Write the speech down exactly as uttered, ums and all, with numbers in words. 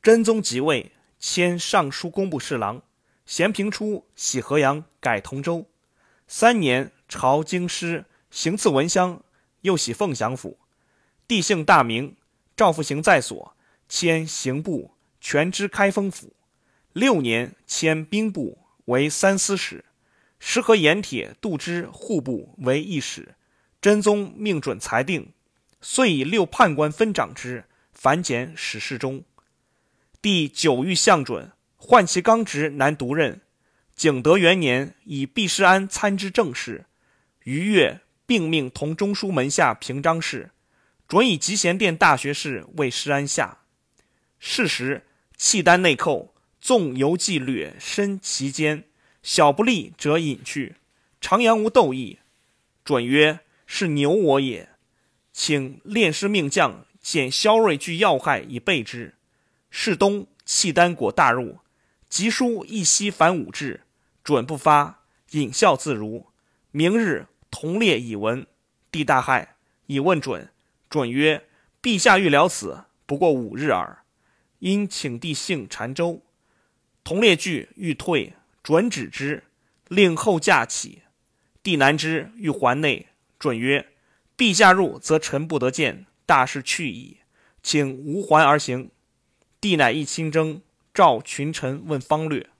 真宗即位，迁尚书工部侍郎。咸平初，徙河阳，改同州。三年，朝京师，行刺文襄，又徙凤翔府。帝姓大名，赵复行在所，迁刑部，权知开封府。六年，迁兵部为三司使，时和盐铁度支户部为一使。真宗命准裁定，遂以六判官分掌之，繁简史事中。帝久欲相准，唤其刚直，难独任。景德元年，以毕世安参知政事。余月，并命同中书门下平章事，准以集贤殿大学士为施安下。是时，契丹内寇，纵游骑掠深其间，小不利则引去，常阳无斗意。准曰：是牛我也，请练师命将捡萧锐具要害以备之。是冬，契丹果大入，急书一夕反武至，准不发，引笑自如。明日，同列以闻，帝大骇，以问准。准曰：陛下欲了此，不过五日耳。因请帝幸澶州。同列惧欲退，准止之，令后驾起。帝难之，欲还内。准曰：陛下入，则臣不得见，大事去矣，请无还而行。帝乃议亲征，召群臣问方略。